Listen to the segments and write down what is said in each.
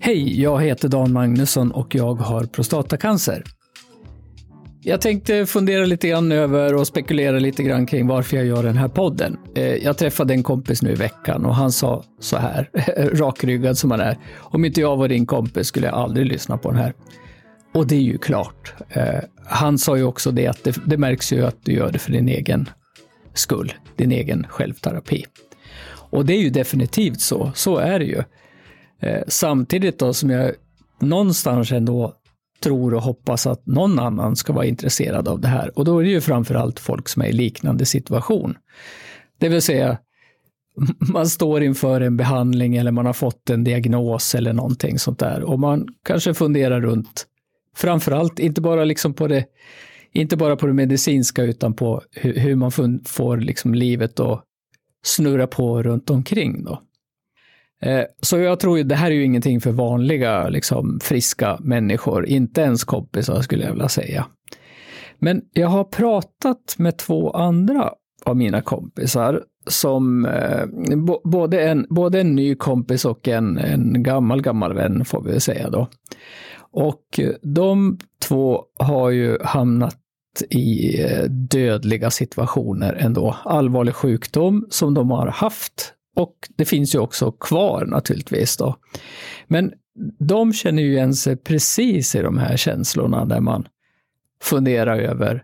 Hej, jag heter Dan Magnusson och jag har prostatacancer. Jag tänkte fundera lite grann över och spekulera lite grann kring varför jag gör den här podden. Jag träffade en kompis nu i veckan och han sa så här, rakryggad som han är: om inte jag var din kompis skulle jag aldrig lyssna på den här. Och det är ju klart. Han sa ju också det att det märks ju att du gör det för din egen skull, din egen självterapi. Och det är ju definitivt så är det ju. Samtidigt då som jag någonstans ändå tror och hoppas att någon annan ska vara intresserad av det här. Och då är det ju framförallt folk som är i liknande situation. Det vill säga, man står inför en behandling eller man har fått en diagnos eller någonting sånt där. Och man kanske funderar runt, framförallt inte bara på det medicinska utan på hur man får liksom livet att snurra på runt omkring då. Så jag tror ju det här är ju ingenting för vanliga liksom friska människor, inte ens kompisar skulle jag vilja säga. Men jag har pratat med 2 andra av mina kompisar som både en ny kompis och en gammal vän får vi säga då. Och de 2 har ju hamnat i dödliga situationer ändå, allvarlig sjukdom som de har haft. Och det finns ju också kvar naturligtvis då. Men de känner ju igen sig precis i de här känslorna där man funderar över,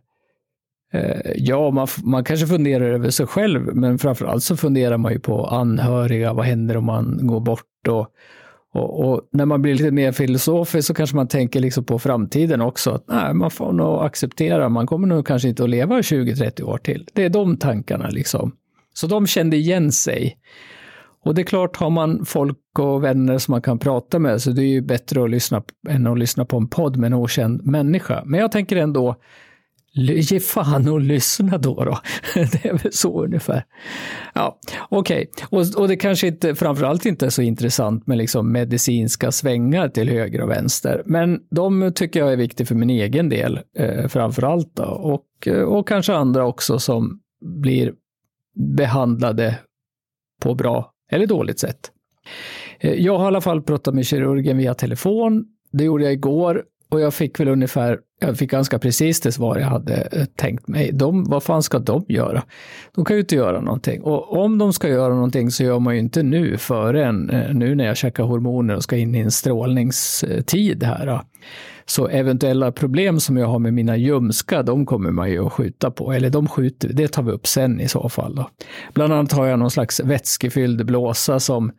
man kanske funderar över sig själv, men framförallt så funderar man ju på anhöriga, vad händer om man går bort och när man blir lite mer filosofisk så kanske man tänker liksom på framtiden också, att nej, man får nog acceptera, man kommer nog kanske inte att leva 20-30 år till. Det är de tankarna liksom. Så de kände igen sig. Och det är klart, har man folk och vänner som man kan prata med så det är ju bättre än att lyssna på en podd med en okänd människa. Men jag tänker ändå, ge fan och lyssna då. Det är väl så ungefär. Ja, okej. Och det kanske inte, framförallt inte är så intressant med liksom medicinska svängar till höger och vänster. Men de tycker jag är viktiga för min egen del framförallt då. Och kanske andra också som blir behandlade på bra eller dåligt sätt. Jag har i alla fall pratat med kirurgen via telefon. Det gjorde jag igår och jag fick ganska precis det svar jag hade tänkt mig. Vad fan ska de göra? De kan ju inte göra någonting. Och om de ska göra någonting så gör man ju inte nu förrän nu när jag käkar hormoner och ska in i en strålningstid här. Så eventuella problem som jag har med mina ljumskar, de kommer man ju att skjuta på. Eller det tar vi upp sen i så fall då. Bland annat har jag någon slags vätskefylld blåsa som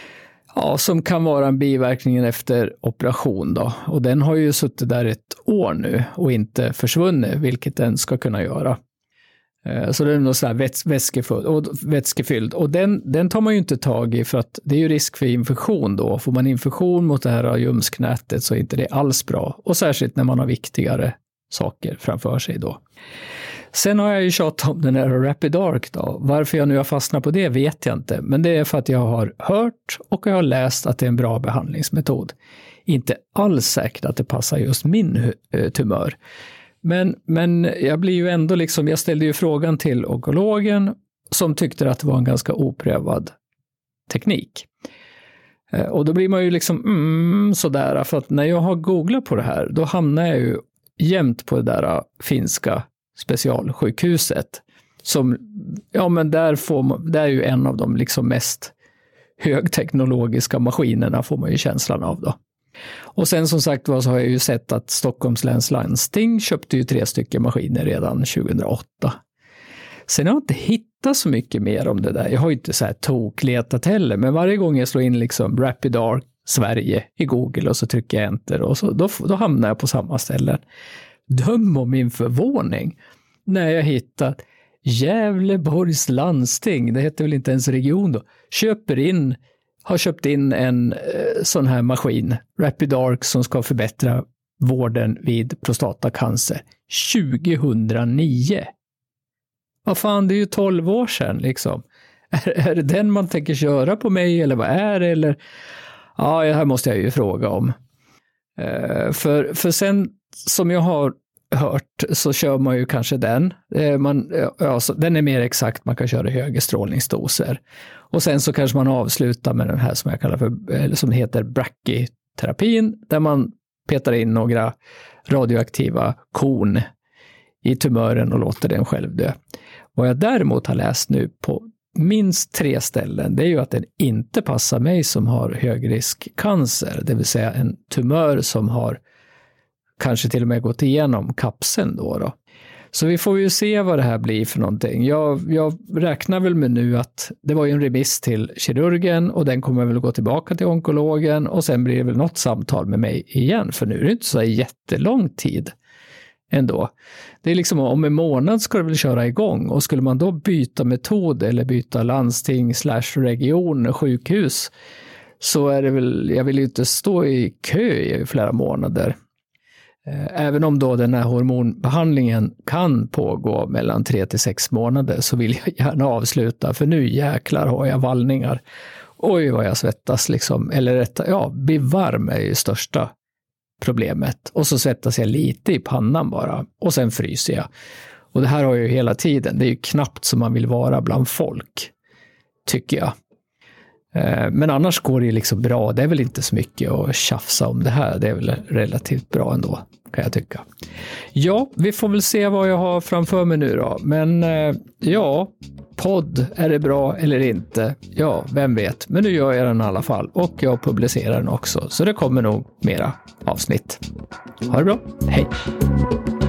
kan vara en biverkning efter operation då. Och den har ju suttit där ett år nu och inte försvunnit, vilket den ska kunna göra. Så det är nog så här vätskefylld. Och den tar man ju inte tag i för att det är ju risk för infektion då. Får man infektion mot det här ljumsknätet så är inte det alls bra. Och särskilt när man har viktigare saker framför sig då. Sen har jag ju tjatat om den här Rapidarc då. Varför jag nu har fastnat på det vet jag inte. Men det är för att jag har hört och jag har läst att det är en bra behandlingsmetod. Inte alls säkert att det passar just min tumör. Men jag blir ju ändå liksom, jag ställde ju frågan till onkologen som tyckte att det var en ganska oprövad teknik. Och då blir man ju liksom sådär, för att när jag har googlat på det här då hamnar jag ju jämt på det där finska specialsjukhuset som, men där är ju en av de liksom mest högteknologiska maskinerna får man ju känslan av då. Och sen som sagt så har jag ju sett att Stockholms läns landsting köpte ju 3 stycken maskiner redan 2008. Sen har jag inte hittat så mycket mer om det där. Jag har ju inte så här tokletat heller, men varje gång jag slår in liksom Rapidarc Sverige i Google och så trycker jag enter och så då hamnar jag på samma ställen. Döm om min förvåning när jag hittat Gävleborgs landsting, det heter väl inte ens region då, har köpt in en sån här maskin, Rapidarc, som ska förbättra vården vid prostatacancer 2009. Vad fan, det är ju 12 år sedan liksom. Är det den man tänker köra på mig eller vad är det? Eller? Ja, det här måste jag ju fråga om. För sen som jag har hört så kör man ju kanske den. Den är mer exakt, man kan köra högre strålningsdoser. Och sen så kanske man avslutar med den här som jag kallar för, eller som heter terapin där man petar in några radioaktiva korn i tumören och låter den själv dö. Vad jag däremot har läst nu på minst 3 ställen, det är ju att den inte passar mig som har högriskcancer, det vill säga en tumör som har kanske till och med gått igenom kapseln då. Så vi får ju se vad det här blir för någonting. Jag räknar väl med nu att det var ju en remiss till kirurgen och den kommer väl gå tillbaka till onkologen och sen blir det väl något samtal med mig igen, för nu är det inte så jättelång tid ändå. Det är liksom om en månad ska det väl köra igång, och skulle man då byta metod eller byta landsting / region, sjukhus, så är det väl, jag vill ju inte stå i kö i flera månader. Även om då den här hormonbehandlingen kan pågå mellan 3 till 6 månader, så vill jag gärna avsluta, för nu jäklar har jag vallningar. Oj vad jag svettas liksom, eller bli varm är ju största problemet. Och så svettas jag lite i pannan bara, och sen fryser jag. Och det här har jag ju hela tiden, det är ju knappt som man vill vara bland folk, tycker jag. Men annars går det liksom bra. Det är väl inte så mycket att tjafsa om det här. Det är väl relativt bra ändå, kan jag tycka. Ja, vi får väl se vad jag har framför mig nu då. Men podd, är det bra eller inte? Ja, vem vet. Men nu gör jag den i alla fall. Och jag publicerar den också. Så det kommer nog mera avsnitt. Ha det bra. Hej!